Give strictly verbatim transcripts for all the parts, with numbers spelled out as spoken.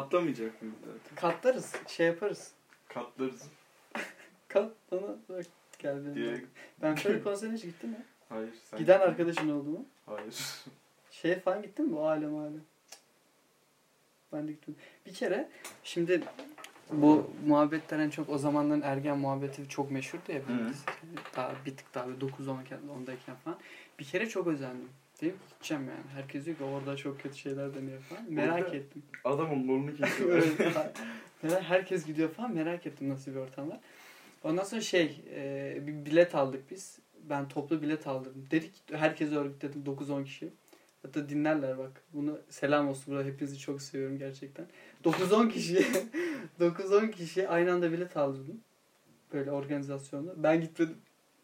Katlamayacak mıyız zaten? Katlarız. Şey yaparız. Katlarız. Kat bana bak geldi. Diye... Ben şöyle konserine hiç gittin mi? Hayır. Sen Giden arkadaşın oldu mu? Hayır. Şeye falan gittin mi? O alem alem. Ben de gittim. Bir kere şimdi bu muhabbetler en çok o zamanların ergen muhabbeti çok meşhurdu ya. Biz, daha bir tık daha dokuz on ondayken falan. Bir kere çok özendim. Dedim ki gideceğim yani. Herkes diyor ki orada çok kötü şeyler deniyor falan. Merak orada ettim. Adamın burnunu kesiyor. Herkes gidiyor falan. Merak ettim nasıl bir ortam var. Ondan sonra şey e, bir bilet aldık biz. Ben toplu bilet aldım. Dedik herkese örgütledim dokuz on kişi. Hatta dinlerler bak. Bunu selam olsun burada. Hepinizi çok seviyorum gerçekten. dokuz on kişi dokuz on kişi aynı anda bilet aldırdım. Böyle organizasyonda. Ben gitmedim.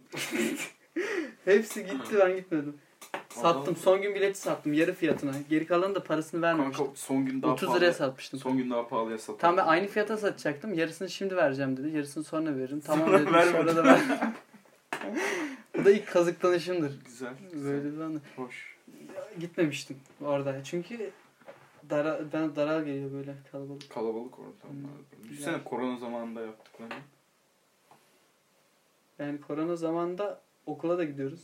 Hepsi gitti ben gitmedim. Sattım. Son gün bileti sattım. Yarı fiyatına. Geri kalanı da parasını vermemiştim. Kanka son gün daha otuz pahalı. liraya satmıştım. Son gün daha pahalıya sattım. Tam ben aynı fiyata satacaktım. Yarısını şimdi vereceğim dedi. Yarısını sonra veririm. Tamam dedim. Sonra da verdim. Bu da ilk kazıklanışımdır. Güzel. Böyle bir anda. Hoş. Gitmemiştim orada. Çünkü dara, ben daral geliyor böyle kalabalık. Kalabalık ortamlar. Hmm. Düşünsene Yani. korona zamanında yaptıklarını. Yani korona zamanında okula da gidiyoruz.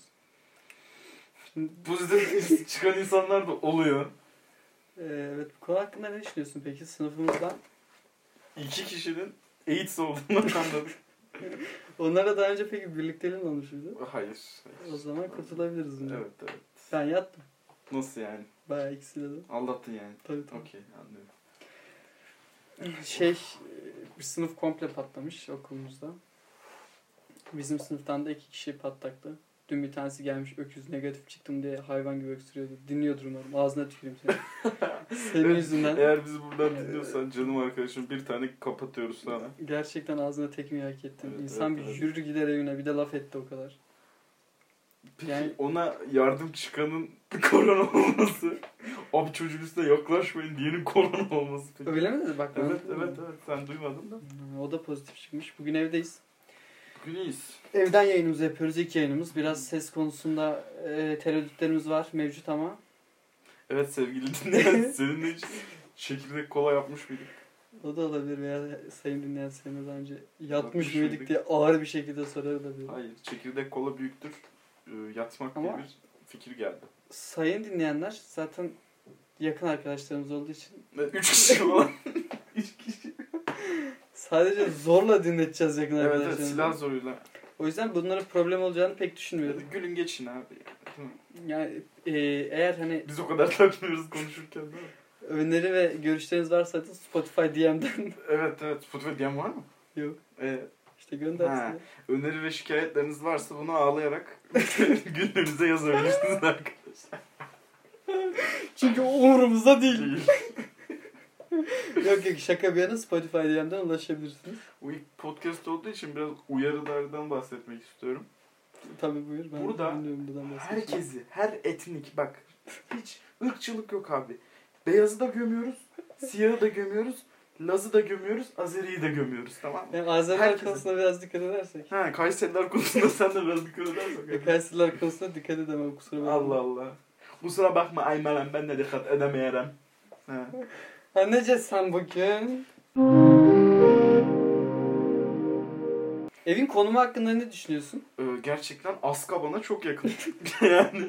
Şimdi, Pozitif çıkan insanlar da oluyor. e, evet bu konu hakkında ne düşünüyorsun peki sınıfımızdan? İki kişinin AIDS olduğunu anladık. Onlara daha önce peki birlikteliğin olmuş muydu? Hayır, hayır. O zaman kurtulabiliriz bundan. Evet evet. Ben yattım. Nasıl yani? Bayağı ikisiyle de. Aldattın yani. Tabii tabii. Okey anlıyorum. Şey bir sınıf komple patlamış okulumuzda. Bizim sınıftan da iki kişi patlaktı. Dün bir tanesi gelmiş öküz negatif çıktım diye hayvan gibi öksürüyordu. Dinliyordur umarım. Ağzına tüküreyim seni. Senin yüzünden. Eğer bizi buradan dinliyorsan canım arkadaşım bir tane kapatıyoruz sana. Gerçekten ağzına tekmeyi hak ettin. Evet, İnsan evet, bir evet. yürür gider evine bir de laf etti o kadar. Peki Yani- ona yardım çıkanın korona olması, abi çocuğun üstüne yaklaşmayın diyenin korona olması peki. Öyle mi dedi? Bak, ben Evet duymadım. evet evet sen duymadın da. Hmm, O da pozitif çıkmış. Bugün evdeyiz. Bugün iyiyiz. Evden yayınımızı yapıyoruz. İlk yayınımız. Biraz ses konusunda e, tereddütlerimiz var mevcut ama. Evet sevgili dinleyen seninle hiç çekirdek kola yapmış mıydık? O da olabilir veya sayın dinleyen seninle daha önce yatmış Yatmış mıydık mıydık? diye ağır bir şekilde sorabilir. Hayır çekirdek kola büyüktür. Ee, yatmak Ama- diye bir fikir geldi. Sayın dinleyenler zaten yakın arkadaşlarımız olduğu için Evet, üç kişi olan. Üç kişi. sadece zorla dinleteceğiz yakın Evet evet arkadaşlarımızı. silah zoruyla. O yüzden bunların problem olacağını pek düşünmüyorum. Gülün geçin abi. Değil mi? Yani e, eğer hani Biz o kadar takmıyoruz konuşurken değil mi? öneri ve görüşleriniz varsa da Spotify D M'den Evet evet. Spotify diyen var mı? yok. Ee, İşte göndersinler. Ha. Öneri ve şikayetleriniz varsa bunu ağlayarak günlerinize yazabilirsiniz arkadaşlar. Çünkü o umurumuzda değil. Değil. Yok yok şaka bir yana Spotify D M'den ulaşabilirsiniz. Bu ilk podcast olduğu için biraz uyarılardan bahsetmek istiyorum. Tabii buyur. Ben Burada bilmiyorum buradan bahsedeceğim. Herkesi, her etnik bak hiç ırkçılık yok abi. Beyazı da gömüyoruz, siyahı da gömüyoruz, Laz'ı da gömüyoruz, Azeri'yi de gömüyoruz tamam mı? Yani Azeriler Herkesi. konusuna biraz dikkat edersek. Ha Kayseriler konusunda sen de biraz dikkat edersen. E, Kayseriler konusuna dikkat edemem kusura bakma. Allah Allah. Kusura bakma Aymerem ben de dikkat edemeyerem. Ha. Ha nece sen bugün? Evin konumu hakkında ne düşünüyorsun? Ee, gerçekten Azkaban'a çok yakın. yani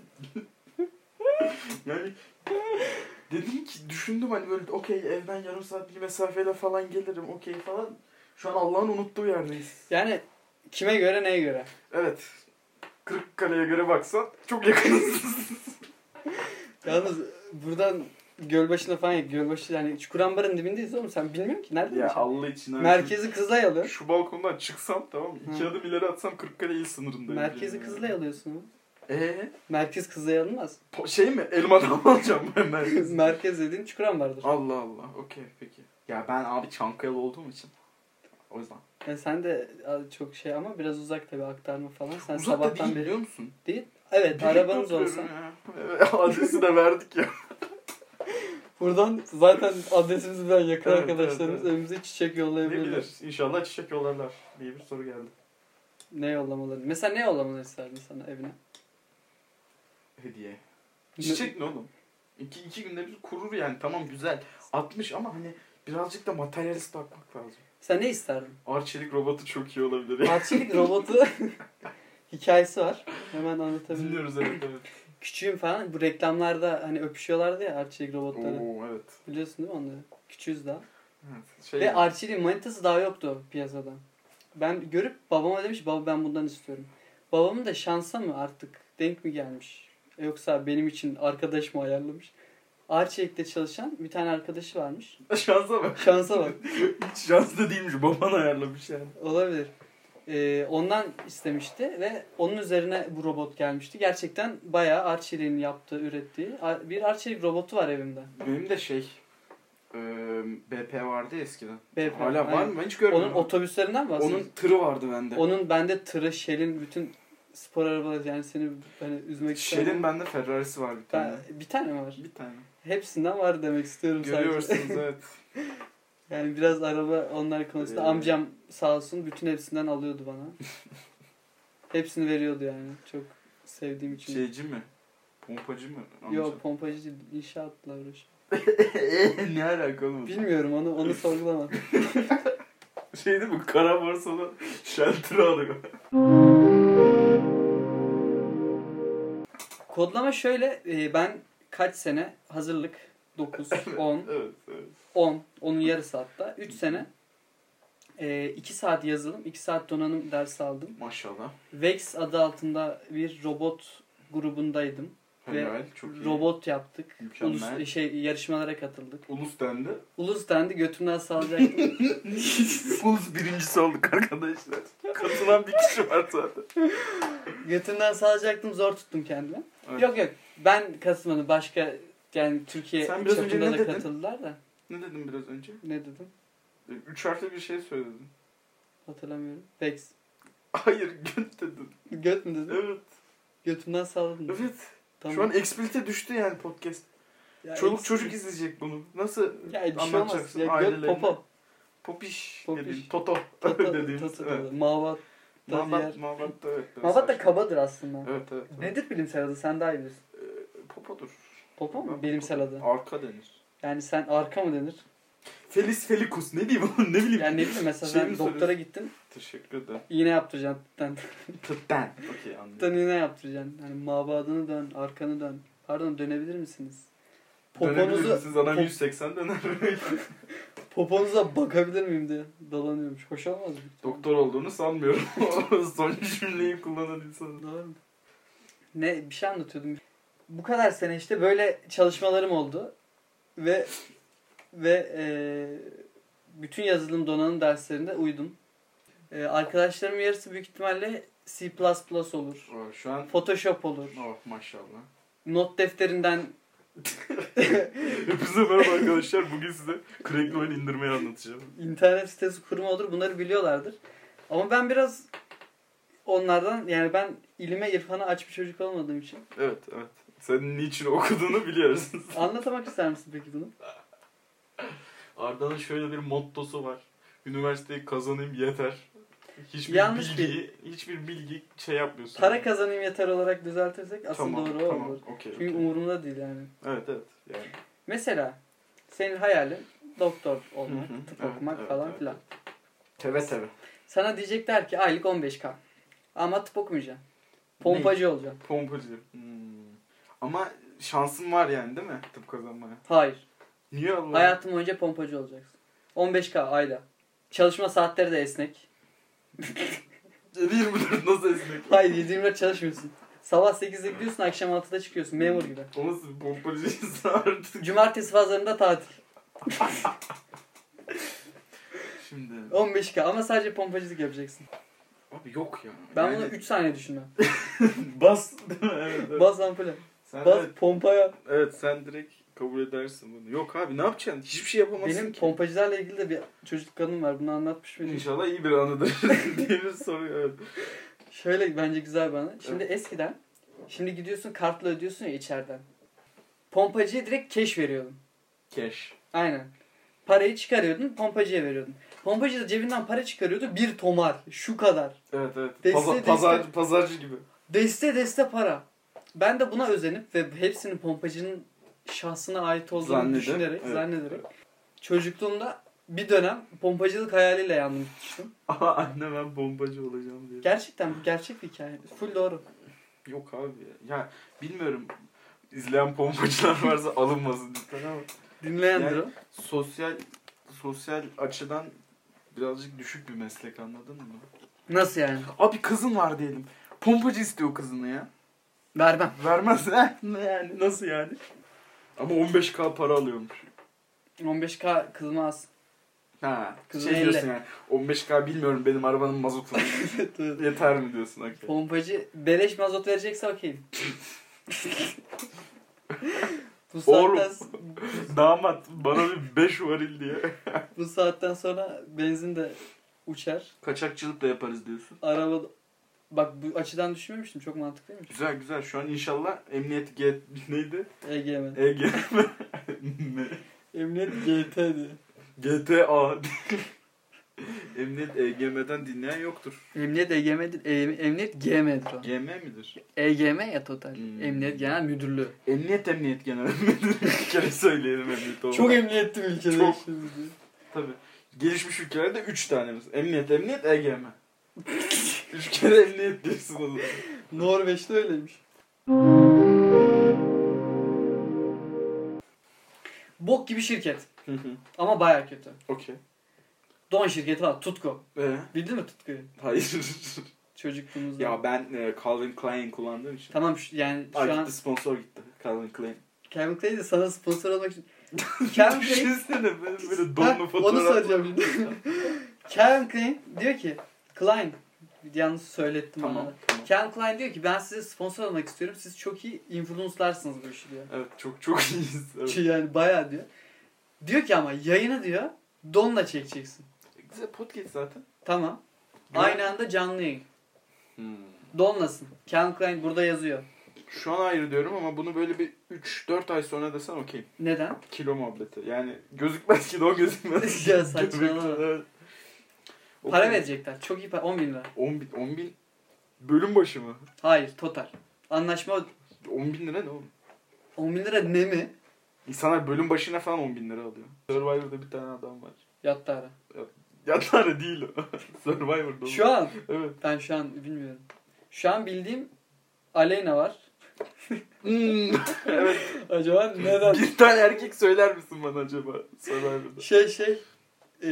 yani dedim ki düşündüm hani böyle okey evden yarım saat bir mesafeyle falan gelirim okey falan. Şu an Allah'ın unuttuğu yerdeyiz. Yani kime göre neye göre? Evet. Kırıkkale'ye göre baksan çok yakınız. Yalnız buradan Gölbaşı'na falan Gölbaşı yani Çukurambar'ın dibindeyiz oğlum sen bilmiyorsun ki nerede? ya Allah için. Merkezi Kızılay alıyor. Şu balkondan çıksam tamam mı? İki Hı. adım ileri atsam Kırıkkale il sınırındayım. Merkezi yani. Kızılay alıyorsun mu? Eee? Merkez Kızılay alınmaz. Po- şey mi? Elmadan alacağım ben merkezi. Merkez dediğin Çukurambar'dır. Allah Allah. Okey peki. Ya ben abi Çankaya'lı olduğum için. O yüzden. Yani sen de çok şey ama biraz uzak tabii aktarma falan. Sen Uzak da sabahtan değil beri biliyor musun? değil. Evet Birlikte arabanız olsa. oturuyorum ya. Evet, adresi de verdik ya. Buradan zaten adresimizi veren yakın Evet, arkadaşlarımız evet, evet. evimize çiçek Ne yollayabilirler. bilir? İnşallah çiçek yollarlar diye bir soru geldi. Ne yollamaları? Mesela ne yollamaları isterdin sana evine? Hediye. Çiçek ne oğlum? İki, iki günde bir kurur yani. Tamam güzel. altmış ama hani birazcık da materyalist bakmak lazım. Sen ne isterdin? Arçelik robotu çok iyi olabilir. Arçelik robotu hikayesi var. Hemen anlatabilirim. Dinliyoruz evet evet. Küçüğüm falan. Bu reklamlarda hani öpüşüyorlardı ya Arçelik robotları. Oo evet. Biliyorsun değil mi onları? Küçüğüz daha. Evet, şey Ve Arçelik'in manitası daha yoktu piyasada. Ben görüp babama demiş baba ben bundan istiyorum. Babamın da şansa mı artık denk mi gelmiş? Yoksa benim için arkadaş mı ayarlamış? Arçelik'te çalışan bir tane arkadaşı varmış. Şansa bak. Şansa bak. Hiç şanslı değilmiş. Baban ayarlamış yani. Olabilir. Ee, ondan istemişti ve onun üzerine bu robot gelmişti. Gerçekten bayağı Arçelik'in yaptığı, ürettiği bir Arçelik robotu var evimde. Benim de şey e, B P vardı ya eskiden. B P. Hala var Aynen. mı? Ben hiç görmedim. Onun otobüslerinden mi bahsediyorsun? Onun tırı vardı bende. Onun bende tırı, Shell'in bütün spor arabaları yani seni hani üzmek istemem. Shell'in bende Ferrari'si var bir tane. Ben, bir tane mi var? Bir tane. Hepsinden var demek istiyorum Görüyorsunuz sadece. evet. Yani biraz araba onlar konusunda Ee... amcam sağ olsun bütün hepsinden alıyordu bana. Hepsini veriyordu yani. Çok sevdiğim için. Şeyci mi? Pompacı mı? Amca? Yok pompacı değil. İnşaatla uğraşıyor. Ne alakalı bu? Bilmiyorum onu onu sorgulama. Şey değil mi? Kara borsada shelter'ı alıyor. Kodlama şöyle. e, Ben kaç sene hazırlık dokuz, on, Evet, evet. on, onun yarısı hatta. üç sene iki saat yazılım, iki saat donanım dersi aldım. Maşallah. Vex adı altında bir robot grubundaydım. Helal, Ve çok iyi. robot yaptık. Mükemmel. Ulus, şey yarışmalara katıldık. Ulus dendi. Ulus dendi götümden salacaktım. Ulus birincisi olduk arkadaşlar. Katılan bir kişi var zaten. Götümden salacaktım zor tuttum kendimi. Evet. Yok yok ben katılmadım. Başka yani Türkiye Sen biraz önce çapında ne da dedin? katıldılar da. Ne dedim biraz önce? Ne dedim? Üç harfli bir şey söyledin. Hatırlamıyorum. Vex. Hayır, göt dedim. Göt mü dedim? Evet. Götümden salladım. Evet. Tamam. Şu an explicit'e düştü yani podcast. Ya Çoluk eks- çocuk izleyecek bunu. Nasıl Ya bir şey olmaz. anlatacaksın Ya göt ailelerine? popo. Popiş, Popiş. dediğim. Toto, Toto, dediğimiz. toto, Evet. Mavat. da Mavat, diğer- mavat da evet. biraz Mavat da saçma. kabadır aslında. Evet evet. evet. Nedir bilimsel adı? Sen daha iyi bilirsin. Ee, popodur. Popo mu? Ben- Bilimsel adı. Arka denir. Yani sen arka mı denir? Felis felicus ne diyeyim oğlum ne bileyim. Yani ne bileyim mesela Şey sen mi doktora soruyorsun? gittin. Teşekkür ederim. İğne yaptıracaksın. Tıptan. Tıptan. Okey anladım. Tıptan iğne yaptıracaksın. Yani mabadını dön, arkanı dön. Pardon dönebilir misiniz? Poponuzu, Siz adam pop- yüz seksen döner. poponuza bakabilir miyim diye dolanıyormuş. Hoş olmaz mı? Doktor olduğunu sanmıyorum. Son cümleyi kullanan insan. Doğru mu? Ne bir şey anlatıyordum. Bu kadar sene işte böyle çalışmalarım oldu. Ve ve e, bütün yazılım donanım derslerinde uydum. E, arkadaşlarımın yarısı büyük ihtimalle C plus plus olur. Oh, şu an Photoshop olur. oh maşallah. Not defterinden Hepinize merhaba arkadaşlar. Bugün size Crackli oyun indirmeyi anlatacağım. internet sitesi kurma olur. Bunları biliyorlardır. Ama ben biraz onlardan yani ben ilime irfana aç bir çocuk olmadığım için. Evet evet. Sen niçin okuduğunu biliyorsun. Anlatmak ister misin peki bunu? Arda'nın şöyle bir mottosu var. Üniversiteyi kazanayım yeter. Hiçbir Yanlış bilgi, hiçbir bilgi şey yapmıyorsun. Para kazanayım yeter olarak düzeltirsek asıl Tamam, doğru o tamam. olur. Okey, Çünkü okey. umurumda değil yani. Evet evet. Yani. Mesela senin hayalin doktor olmak, Hı hı, tıp evet, okumak evet, falan evet. filan. Teve teve. Sana diyecekler ki aylık on beş bin. Ama tıp okumayacaksın. Pompacı olacaksın. Pompacı. Hmm. Ama şansın var yani değil mi tıp kazanmaya? Hayır. Niye Allah? Hayatın boyunca pompacı olacaksın. on beş bin ayda. Çalışma saatleri de esnek. yedi yirmi dört nasıl esnek? Hayır yedi yirmi dört çalışmıyorsun. Sabah sekizde gidiyorsun akşam altıda çıkıyorsun memur gibi. O nasıl bir pompacıysa artık. Cumartesi pazarında tatil. Şimdi. on beş bin ama sadece pompacılık yapacaksın. Abi yok ya. Ben Yani bunu üç saniye düşünmem. Bas değil mi? Evet, evet. Bas ampule. Sen Bas evet, pompa yap. evet sen direkt kabul edersin bunu. Yok abi ne yapacaksın? Hiçbir şey yapamazsın Benim ki. pompacılarla ilgili de bir çocukluk anım var. Bunu anlatmış mıydım? İnşallah iyi bir anıdır diye bir soru. Evet. Şöyle bence güzel bir anı. Şimdi eskiden şimdi gidiyorsun kartla ödüyorsun ya içeriden. Pompacıya direkt cash veriyordun. Cash. Aynen. Parayı çıkarıyordun pompacıya veriyordun. Pompacı da cebinden para çıkarıyordu bir tomar. Şu kadar. Evet evet. Deste, Paza- deste. pazar, pazarcı gibi. Deste deste para. Ben de buna özenip ve hepsinin pompacının şahsına ait olduğunu Zanneder, düşünerek, evet. zannederek çocukluğumda bir dönem pompacılık hayaliyle yandım tutmuştum. Aha anne ben bombacı olacağım diye. Gerçekten bu gerçek bir hikaye. Full doğru. Yok abi ya. Ya bilmiyorum. İzleyen pompacılar varsa alınmasın lütfen ama. Dinleyendir Yani- o. Sosyal sosyal açıdan birazcık düşük bir meslek, anladın mı? Nasıl yani? Abi kızın var diyelim. Pompacı istiyor kızını ya. Vermem. Vermez he? Yani nasıl yani? Ama on beş bin para alıyormuş. on beş bin kızıma az. Ha. Kızın Şey elli. diyorsun yani. on beş bin bilmiyorum benim arabanın mazotu. Yeter mi diyorsun? Okay. Pompacı beleş mazot verecekse okeyim. bu Oğlum. saatten Damat bana bir beş varil diye. bu saatten sonra benzin de uçar. Kaçakçılık da yaparız diyorsun. Araba bak bu açıdan düşünmemiştim. Çok mantıklıymış. Güzel güzel. Şu an inşallah emniyet G neydi? E G M. E G M. Ne? Emniyet G T diye. G T A. Emniyet E G M'den dinleyen yoktur. Emniyet E G M'dir. E, Emniyet G M'dir o. G M midir? E G M ya total. Hmm. Emniyet Genel Müdürlüğü. Emniyet Emniyet Genel Müdürlüğü. Bir kere söyleyelim emniyet olmalı. Çok emniyetli bir ülkede Çok. yaşıyoruz diye. Tabii. Gelişmiş ülkelerde üç tanemiz. Emniyet Emniyet E G M. Üç kere emniyet diyorsun o zaman. Norveç'te öyleymiş. Bok gibi şirket. Hı hı. Ama baya kötü. Okey. Don şirketi var. Tutku. Ee? Bildin mi Tutku'yu? Hayır. Çocukluğumuzda. Ya ben e, Calvin Klein kullandığım için. Tamam şu, yani şu Aa, an gitti sponsor gitti. Calvin Klein. Calvin Klein de sana sponsor olmak için. Calvin Klein... Düşünsene benim böyle Ha, donlu fotoğraf. onu soracağım şimdi. Calvin Klein diyor ki Klein yanlış söylettim Tamam, bana. tamam. Calvin Klein diyor ki ben size sponsor olmak istiyorum. Siz çok iyi influencerlarsınız bu işi diyor. Evet çok çok iyiyiz. Evet. Ki yani bayağı diyor. Diyor ki ama yayını diyor donla çekeceksin. Güzel podcast zaten. Tamam. Gör- Aynı anda canlı yayın. Hmm. Donlasın. Calvin Klein burada yazıyor. Şu an ayrı diyorum ama bunu böyle bir üç dört ay sonra desen okey. Neden? Kilo muhabbeti. Yani gözükmez ki de o gözükmez. Ya saçmalama. Göbekler, evet. Para Okey. verecekler. Çok iyi para. on bin lira. on bin, on bin bölüm başı mı? Hayır total. Anlaşma on bin lira ne oğlum? on bin lira ne mi? İnsanlar bölüm başına falan on bin lira alıyor. Survivor'da bir tane adam var. Yattı ara. Yatları değil o. Survivor'da. Şu an. Evet. Ben şu an bilmiyorum. Şu an bildiğim Aleyna var. Hmm. Evet. Acaba neden? Bir tane erkek söyler misin bana acaba Survivor'da? Şey şey. E,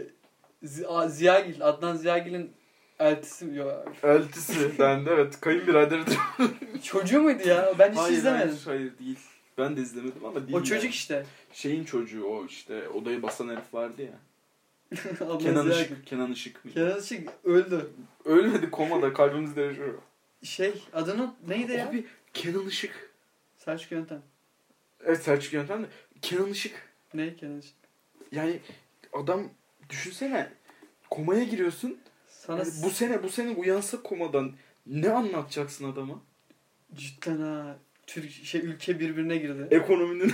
Zi- Ziyagil. Adnan Ziyagil'in eltisi. Yok. Eltisi. Ben de evet. Kayınbiraderidir. Çocuğu muydu ya? Ben hiç Hayır, izlemedim. hayır, hayır değil. Ben de izlemedim ama değil. O çocuk yani. işte. Şeyin çocuğu o işte. Odayı basan herif vardı ya. Adnan Kenan Ziyagil. Işık. Kenan Işık mı? Kenan Işık öldü. Ölmedi, komada, kalbimizde yaşıyor. Şey adını neydi ya? Abi Kenan Işık. Selçuk Yöntem. Evet Selçuk Yöntem de. Kenan Işık. Ne Kenan Işık? Yani adam düşünsene komaya giriyorsun. Sana Yani bu sene bu sene uyansa komadan ne anlatacaksın adama? cidden ha. Türk şey ülke birbirine girdi. Ekonominin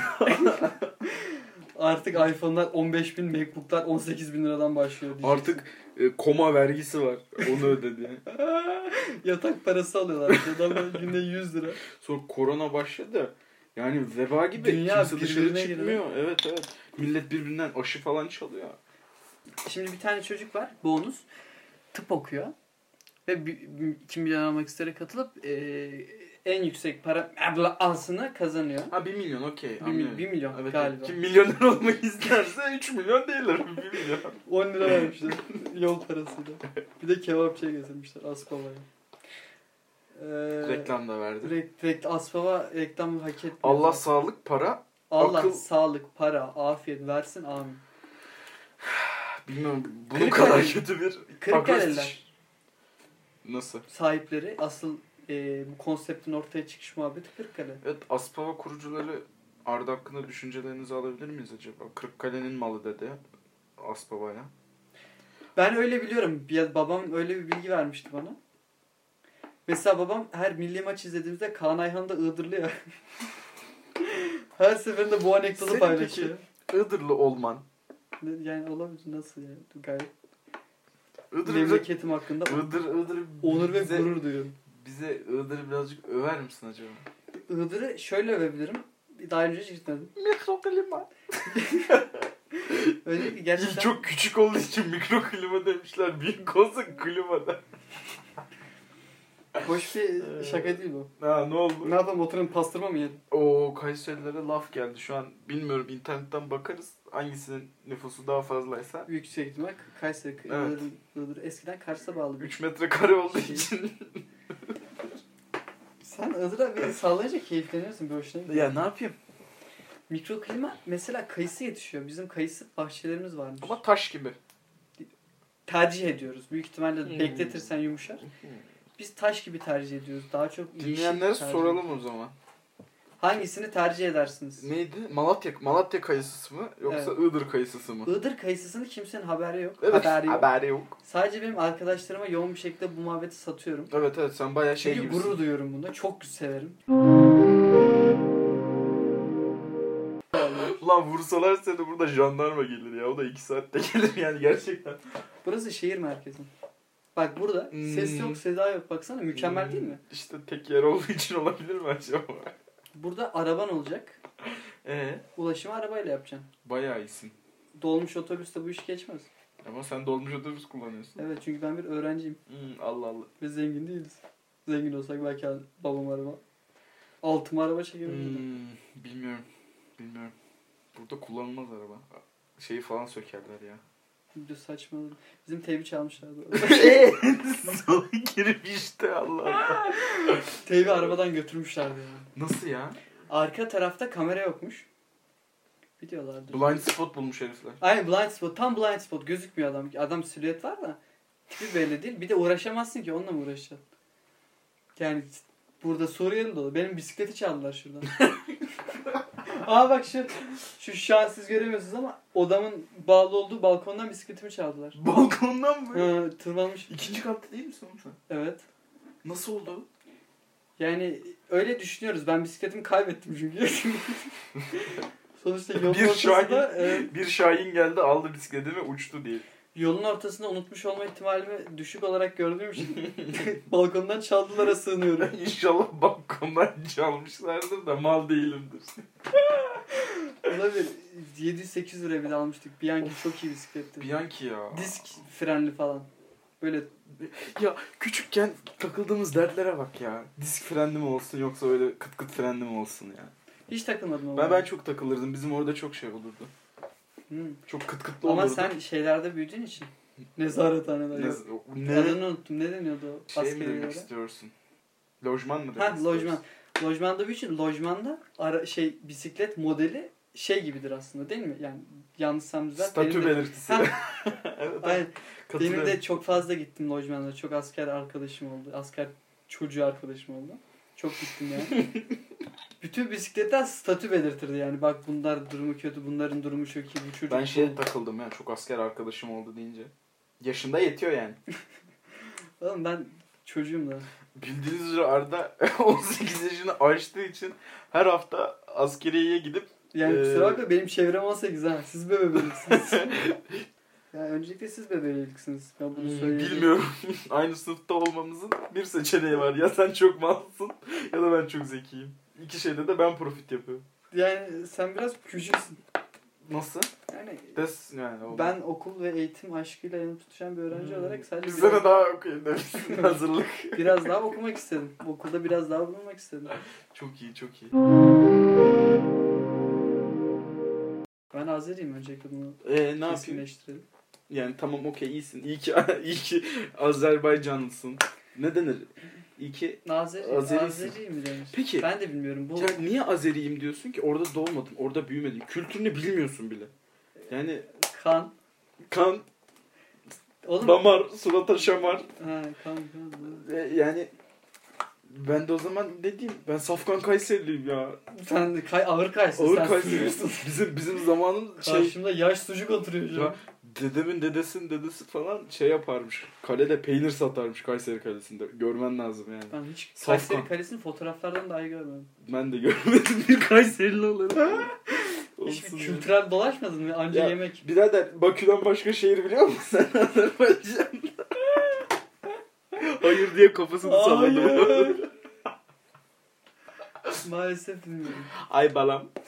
Artık iPhone'lar on beş bin, MacBook'lar on sekiz bin liradan başlıyor diyeceksin. artık e, koma vergisi var. Onu ödedi. Yatak parası alıyorlar. Adamlar günde yüz lira. Sonra korona başladı. Yani veba gibi Dünya kimse dışarı birbirine çıkmıyor. Evet evet. Millet birbirinden aşı falan çalıyor. Şimdi bir tane çocuk var. Bonus. Tıp okuyor. Ve bir- bir- iki milyon almak isteyerek katılıp e, en yüksek para meblaasını kazanıyor. Ha bir milyon okey. Bir, anlıyorum. mi- bir milyon Evet, galiba. Kim milyoner olmak isterse üç milyon değiller. bir milyon. on lira vermişler yol parasıyla. Bir de kebapçıya getirmişler Aspava'ya. Ee, Reklam da verdi. Rek, rek, Aspava reklam hak etmiyor. Allah sağlık, para. Allah akıl- sağlık, para, afiyet versin amin. Bilmiyorum bunun Kırıkkale- kadar kötü bir Kırıkkale'liler akrostiş. Nasıl? sahipleri asıl e, bu konseptin ortaya çıkış muhabbeti Kırıkkale. Evet, Aspava kurucuları Arda hakkında düşüncelerinizi alabilir miyiz acaba? Kırıkkale'nin malı dedi Aspava'ya. Ben öyle biliyorum. Bir, babam öyle bir bilgi vermişti bana. Mesela babam her milli maç izlediğimizde Kaan Ayhan'ı da ığdırlıyor. Her seferinde bu anekdotu Senin paylaşıyor. Iğdırlı olman. Yani olabilir nasıl yani? Gayet Iğdır, memleketim hakkında Iğdır, Iğdır onur ve bize, gurur duyuyorum. bize Iğdır'ı birazcık över misin acaba? Iğdır'ı şöyle övebilirim. daha önce hiç gitmedim. Mikroklima. Öyle ki gerçekten... Çok küçük olduğu için mikroklima demişler. Büyük olsa klima da. Hoş bir şaka değil bu. Ha, ne oldu? Ne yapalım, oturun pastırma mı yiyelim? Oo, Kayserililere laf geldi. Şu an bilmiyorum, internetten bakarız. Hangisinin nüfusu daha fazlaysa. Büyük şey ihtimal Kayseri. Evet. Iğdır, Eskiden Kars'a bağlı bir üç metrekare olduğu Şey. için. Sen Iğdır'a bir sallayınca keyifleniyorsun. Bir hoşuna gidiyor. Ya ne yapayım? Mikroklima mesela kayısı yetişiyor. Bizim kayısı bahçelerimiz varmış. Ama taş gibi. Tercih ediyoruz. Büyük ihtimalle Hmm. bekletirsen yumuşar. Biz taş gibi tercih ediyoruz. Daha çok yeşil Dinleyenlere tercih soralım ediyoruz. o zaman. Hangisini tercih edersiniz? Neydi? Malatya Malatya kayısısı mı yoksa Iğdır kayısısı mı? Iğdır kayısısının kimsenin haberi yok. Evet, haberi yok. haberi yok. Sadece benim arkadaşlarıma yoğun bir şekilde bu muhabbeti satıyorum. Evet evet, sen bayağı şey Çünkü gibisin. gurur duyuyorum bunda. Çok severim. Ulan vursalar seni, burada jandarma gelir ya. O da iki saatte gelir yani gerçekten. Burası şehir merkezi. Bak burada Hmm. ses yok, seda yok. Baksana mükemmel değil mi? İşte tek yer olduğu için olabilir mi acaba? Burada araban olacak. Ee, Ulaşımı arabayla yapacaksın. bayağı iyisin. Dolmuş otobüste bu iş geçmez. Ama sen dolmuş otobüs kullanıyorsun. Evet, çünkü ben bir öğrenciyim. Hmm, Allah Allah. Ve zengin değiliz. Zengin olsak belki babam araba. Altıma araba çekebilirdim. Hmm, bilmiyorum. Bilmiyorum. Burada kullanılmaz araba. Şeyi falan sökerler ya. Bir de saçmaladım. Bizim teybi çalmışlardı. Eee sana girip işte Allah Allah. Teybi arabadan götürmüşlerdi ya. Nasıl ya? Arka tarafta kamera yokmuş. Biliyorlardı. Blind spot bulmuş herifler. Aynen, blind spot. Tam blind spot. Gözükmüyor adam. Adam silüet var da. Tipi belli değil. Bir de uğraşamazsın ki. Onunla mı uğraşacaksın? Yani burada Suriyeli dolu. Benim bisikleti çaldılar şuradan. Aa bak şu, şu şu an siz göremiyorsunuz ama odamın bağlı olduğu balkondan bisikletimi çaldılar. Balkondan mı? Hı, tırmanmış. İkinci katta değil misin oğlum sen? Evet. Nasıl oldu? Yani öyle düşünüyoruz. Ben bisikletimi kaybettim çünkü. Sonuçta yolun Bir Şahin, ortasında e, bir Şahin geldi aldı bisikletimi uçtu diye. yolun ortasında unutmuş olma ihtimalimi düşük olarak gördüğüm için balkondan çaldılara sığınıyorum. İnşallah balkondan çalmışlardır da mal değilimdir. Olabilir. yedi yüz sekiz liraya bile almıştık. Bianchi çok iyi bisikletti. Bianchi ya. Disk frenli falan. Böyle Ya küçükken takıldığımız dertlere bak ya. Disk frenli mi olsun yoksa öyle kıt kıt frenli mi olsun ya. hiç takılmadım ama. Ben ben çok takılırdım. Bizim orada çok şey olurdu. Hmm. Çok kıt kıtlı Ama olurdu. sen şeylerde büyüdüğün için. Nezarethaneler. ne, yok. ne Adını unuttum. Ne deniyordu o şey mi demek askerilere? istiyorsun? Lojman mı demek Ha, istiyorsun? lojman. Lojmanda büyüdüğü için lojmanda ara, şey bisiklet modeli şey gibidir aslında değil mi? Yani yanlışsam düzelt. Statü Benim de- belirtisi. Ha. Evet, Aynen. katılıyorum. Benim de çok fazla gittim lojmanlara. Çok asker arkadaşım oldu. Asker çocuğu arkadaşım oldu. Çok gittim yani. Bütün bisikletler statü belirtirdi yani. Bak bunlar durumu kötü, bunların durumu çok iyi. Bu çocuk Ben şeye takıldım ya, çok asker arkadaşım oldu deyince. Yaşında yetiyor yani. Oğlum ben çocuğum da. Bildiğiniz üzere Arda on sekiz yaşını aştığı için her hafta askeriyeye gidip Yani Ee, kusura bakma, benim çevrem on sekiz ha. Siz bebeliksiniz. Yani öncelikle siz bebeliksiniz. Ben bunu söyleyeyim. bilmiyorum. Aynı sınıfta olmamızın bir seçeneği var. Ya sen çok malsın ya da ben çok zekiyim. İki şeyde de ben profit yapıyorum. Yani sen biraz küçüksün. Nasıl? Yani Des yani. O. ben okul ve eğitim aşkıyla yanıp tutuşan bir öğrenci Hmm. olarak sadece Bir biraz, sene daha okuyayım demişsin. Hazırlık. biraz daha okumak istedim. Okulda biraz daha bulunmak istedim. Çok iyi, çok iyi. Ben Azeriyim, öncelikle bunu Ee, ne yapayım? kesinleştirelim. Yani tamam, okey, iyisin. İyi ki iyi ki Azerbaycanlısın. Ne denir? İyi ki Azeri, Azerisin. Azeri mi demiş? Peki. Ben de bilmiyorum. Bu Ya niye Azeriyim diyorsun ki? Orada doğmadın, orada büyümedin. Kültürünü bilmiyorsun bile. Yani kan. kan, Oğlum. damar, surata şamar. Ha, kan kan. E, yani ben de o zaman ne diyeyim? Ben Safkan Kayseriliyim ya. Sen kay, ağır kaysın. Ağır sen Kayseri. sucuksun. Bizim bizim zamanımız şey. Karşımda yaş sucuk oturuyor şu an. Ya, dedemin dedesinin dedesi falan şey yaparmış. Kalede peynir satarmış Kayseri Kalesi'nde. Görmen lazım yani. Ben hiç Safkan. Kayseri Kalesi'nin fotoğraflardan dahi görmedim. Ben de görmedim bir Kayserili olarak. Hiçbir Olsun ya. kültürel dolaşmadın mı? Anca Ya, yemek. Birader, Bakü'den başka şehir biliyor musun sen Azerbaycan'da? Hayır diye kafasını salladı. Maalesef bilmiyorum. Ay balam.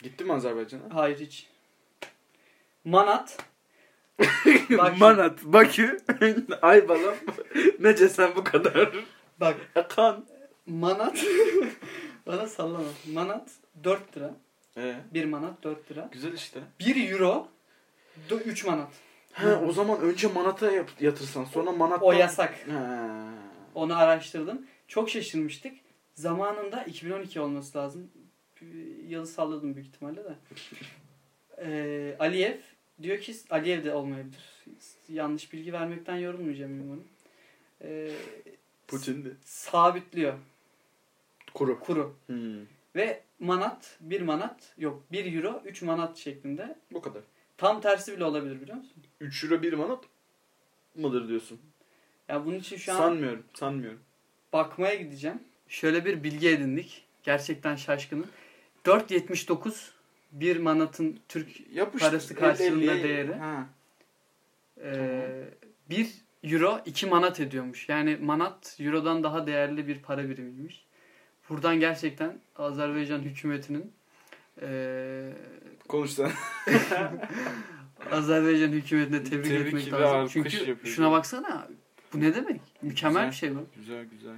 Gittin mi Azerbaycan'a? Hayır hiç. Manat. Bak Manat, Bakü, Ayvalık, nece sen bu kadar? Bak. Kan. Manat. Bana sallama. Manat dört lira. Ee, bir manat dört lira. güzel işte. bir euro üç manat. Ha, o zaman önce manata yap- yatırsan sonra manattan... O yasak. Ha. Onu araştırdım. Çok şaşırmıştık. Zamanında iki bin on iki olması lazım. Yılı salladım büyük ihtimalle de. Ee, Aliyev diyor ki, Aliyev de olmayabilir. Yanlış bilgi vermekten yorulmayacağım umarım. Ee, Putin de. sabitliyor. Kuru. Kuru. Hmm. Ve manat, bir manat, yok bir euro üç manat şeklinde. Bu kadar. Tam tersi bile olabilir biliyor musun? üç euro bir manat mıdır diyorsun? Ya bunun için şu an Sanmıyorum, sanmıyorum. bakmaya gideceğim. Şöyle bir bilgi edindik. Gerçekten şaşkınım. dört yetmiş dokuz bir manatın Türk Yapıştır. parası karşılığında elli, elli. değeri. Ha. Ee, bir euro iki manat ediyormuş. Yani manat eurodan daha değerli bir para birimiymiş. Buradan gerçekten Azerbaycan hükümetinin ee, Konuş sen. Azerbaycan hükümetine tebrik, Tebrik etmek ve lazım. alkış Çünkü yapıyoruz. şuna baksana. Bu ne demek? Mükemmel Güzel. bir şey bu. Güzel güzel.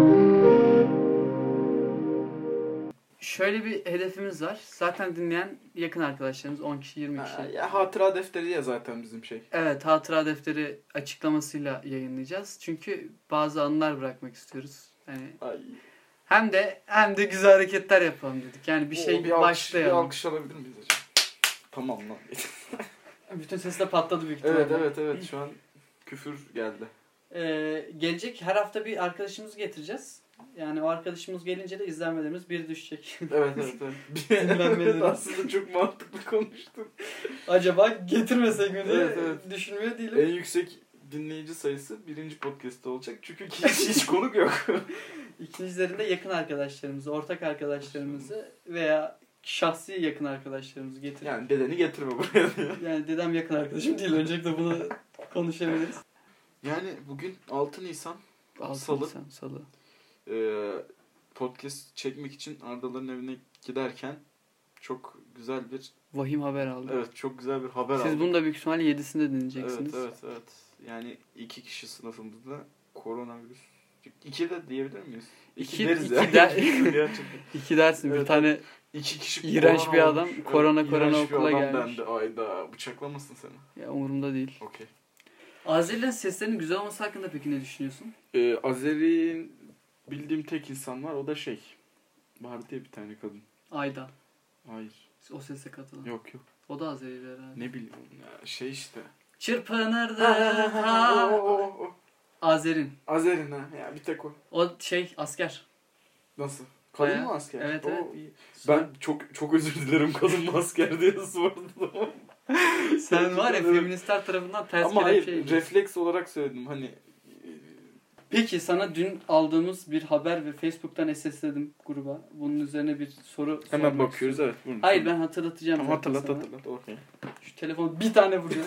Şöyle bir hedefimiz var. Zaten dinleyen yakın arkadaşlarımız on kişi yirmi kişi. Ha, ya hatıra defteri ya zaten bizim şey. Evet, hatıra defteri açıklamasıyla yayınlayacağız. Çünkü bazı anılar bırakmak istiyoruz. Yani Ay. hem de hem de güzel hareketler yapalım dedik. Yani bir şey Oo, bir alkış, başlayalım. Bir alkış alabilir miyiz acaba? Tamam lan. Bütün sesle patladı büyük ihtimalle. Evet evet evet şu an küfür geldi. Ee, gelecek her hafta bir arkadaşımızı getireceğiz. Yani o arkadaşımız gelince de izlenmelerimiz bir düşecek. Evet evet evet. Dinlenmeleri. Aslında çok mantıklı konuştun. Acaba getirmesek mi diye Evet, evet. düşünmüyor değilim. En yüksek dinleyici sayısı birinci podcast'ta olacak. Çünkü hiç, hiç konuk yok. İkincilerinde yakın arkadaşlarımızı, ortak arkadaşlarımızı veya şahsi yakın arkadaşlarımızı getirip. Yani dedeni getirme buraya diyor. Yani dedem yakın arkadaşım değil. Öncelikle bunu konuşabiliriz. Yani bugün altı Nisan. Altı Salı. Nisan, Salı. Ee, podcast çekmek için Ardaların evine giderken çok güzel bir Vahim haber aldım. evet çok güzel bir haber Siz aldık. bunu da büyük ihtimalle yedisinde Evet dinleyeceksiniz. evet evet. Yani iki kişi sınıfımızda koronavirüs. İki de diyebilir miyiz? İki, İki- deriz iki ya. der- Gerçekten. İki dersin. Bir Evet, tane İki kişi İğrenç korona bir adam, olmuş. korona Evet, korona iğrenç bir okula adam gelmiş. dendi. Ayda bıçaklamasın seni. ya umurumda değil. Okey. Azerilerin seslerinin güzel olması hakkında peki ne düşünüyorsun? Ee, Azeri'nin bildiğim tek insan var. O da şey. Var diye bir tane kadın. Ayda. Hayır. O sese katılan. Yok yok. O da Azeri'li herhalde. Ne bileyim ya. Şey işte. Çırpınırdı. O, ha. o, o, o. Azer'in. Azer'in ha. Ya bir tek o. O şey asker. Nasıl? Kadın Bayağı. mı asker? Evet, Oo, evet. iyi. Ben çok çok özür dilerim kadın mı asker diye sordum. Sen var ya Evet. feministler tarafından ters Ama hayır kelepçe. refleks olarak söyledim hani. Peki sana dün aldığımız bir haber ve Facebook'tan S S'ledim gruba. Bunun üzerine bir soru Hemen sormak bakıyoruz istiyorum. evet. Buyurun. Hayır ben hatırlatacağım. Tamam zaten hatırlat sana. hatırlat. Okey. Şu telefonu bir tane vuracağım.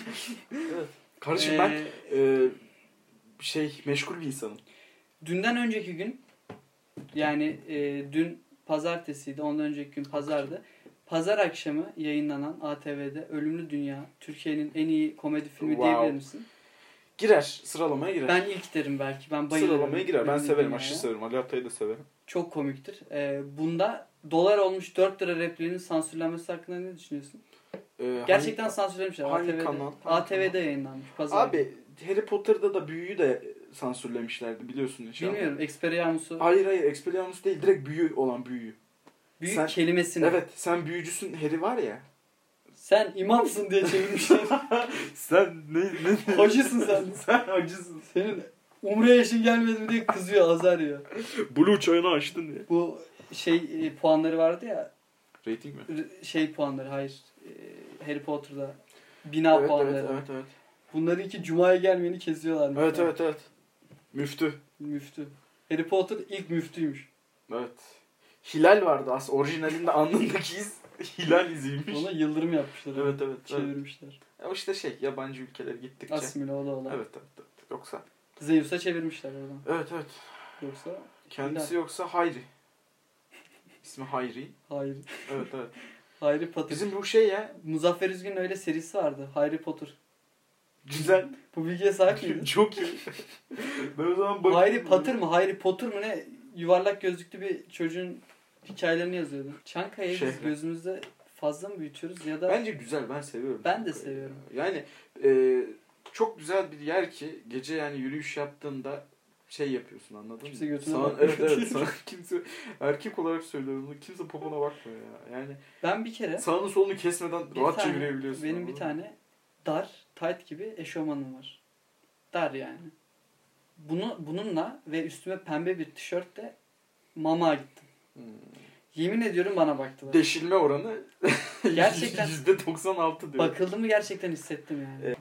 Kardeşim Ee, ben e, şey meşgul bir insanım. Dünden önceki gün yani e, dün pazartesiydi. Ondan önceki gün pazardı. Pazar akşamı yayınlanan A T V'de Ölümlü Dünya Türkiye'nin en iyi komedi filmi Wow. diyebilir misin? Girer. Sıralamaya girer. Ben ilk derim belki. Ben bayılırım. Sıralamaya girer. Ben Ölümlü severim. Dünya'ya. Aşırı severim. Ali Atay'ı da severim. Çok komiktir. Ee, bunda dolar olmuş dört lira repliğinin sansürlenmesi hakkında ne düşünüyorsun? Ee, Gerçekten hangi- sansürlemişler. hangi A T V'de. kanal? Hangi A T V'de yayınlanmış. Pazar günü. Abi Harry Potter'da da büyüyü de sansürlemişlerdi biliyorsun inşallah. Bilmiyorum. Expelliarmus'u. Hayır hayır Expelliarmus değil direkt büyü olan büyü. Büyük sen- kelimesini. Evet sen büyücüsün Harry var ya. Sen imamsın diye çevirmişler. Sen ne ne? Hacısın sen. Sen acısın. Senin umre yaşın gelmedi mi diye kızıyor, azar ya. Blue çayını açtın diye. Bu şey e, puanları vardı ya. Rating mi? r- Şey puanları hayır. E, Harry Potter'da bina Evet puanları. evet evet evet. Bunların iki cumaya gelmeyeni kesiyorlar. Evet evet evet. Müftü. Müftü. Harry Potter ilk müftüymüş. Evet. Hilal vardı aslında orijinalinde alnındaki iz hilal iziymiş. Ona yıldırım yapmışlar. Evet evet. evet. Çevirmişler. Ya işte şey yabancı ülkeler gittikçe. Asimile o da olan. Evet, evet evet. Yoksa. Zeus'a çevirmişler oradan. Evet evet. Yoksa Kendisi Hilal. yoksa Hayri. İsmi Hayri. hayır. Evet evet. Harry Potter. Bizim bu şey ya. Muzaffer Üzgün'ün öyle serisi vardı. Harry Potter. Güzel. Bu bilgiye sahip miydin? Çok iyi. Ben o zaman bakıyorum. Harry Potter mı? Harry Potter mı ne? Yuvarlak gözlüklü bir çocuğun hikayelerini yazıyordu. Çankaya'yı Şey. biz gözümüzde fazla mı büyütüyoruz ya da... Bence güzel. Ben seviyorum. Ben de Çankaya'yı. seviyorum. Yani e, çok güzel bir yer ki gece yani yürüyüş yaptığında şey yapıyorsun, anladın Kimse mı? götüne Sana, bakmıyor. evet evet sana kimse erkek olarak söylüyorum bunu, kimse popona bakmıyor ya. Yani Ben bir kere sağını solunu kesmeden bir rahatça tane, yürüyebiliyorsun. benim anladın bir mı? tane dar, tight gibi eşofmanım var. Dar yani. Bunu bununla ve üstüme pembe bir tişörtle mamağa gittim. Hmm. Yemin ediyorum bana baktılar. Deşilme oranı Gerçekten yüzde doksan altı diyor. bakıldığımı gerçekten hissettim yani. Evet.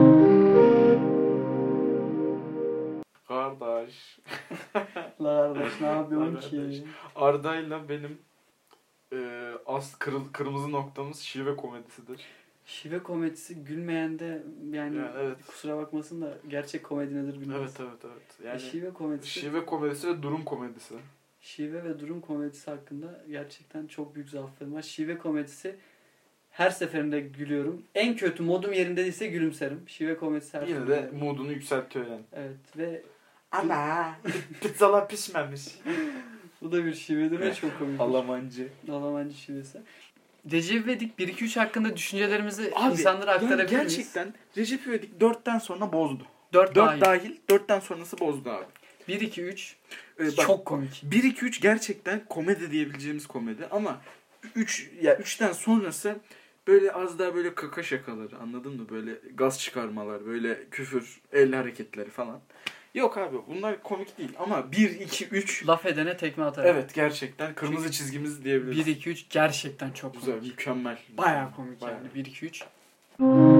Kardeş. La kardeş ne yapıyorsun La ki? kardeş. Arda'yla benim e, as kırıl, kırmızı noktamız şive komedisidir. Şive komedisi gülmeyen de yani, Yani evet. kusura bakmasın da gerçek komedi nedir bilmez. Evet evet evet. Yani E, şive komedisi, şive... şive komedisi ve durum komedisi. ve durum komedisi hakkında gerçekten çok büyük zaaflarım var. Şive komedisi her seferinde gülüyorum. En kötü modum yerinde değilse gülümserim. Şive komedisi her Yine seferinde. de moodunu yükseltiyor yani. Evet ve Ana pizzalar pişmemiş. bu da bir şivedir ve çok komik. Alamancı. Alamancı şivesi. Recep İvedik bir iki üç hakkında düşüncelerimizi Abi, insanlara aktarabilir yani miyiz? gerçekten Recep İvedik dörtten sonra bozdu. dört dört dahil. dahil, dörtten sonrası bozdu abi. bir iki üç Ee, bak, çok komik. bir iki üç gerçekten komedi diyebileceğimiz komedi ama üç ya üçten sonrası böyle az daha böyle kaka şakaları, anladın mı? Böyle gaz çıkarmalar, böyle küfür, el hareketleri falan. Yok abi bunlar komik değil ama bir iki üç Laf edene tekme atar. evet gerçekten kırmızı çizgimiz diyebiliriz. bir iki üç gerçekten çok Güzel, komik. mükemmel. Bayağı komik Bayağı. yani bir iki üç.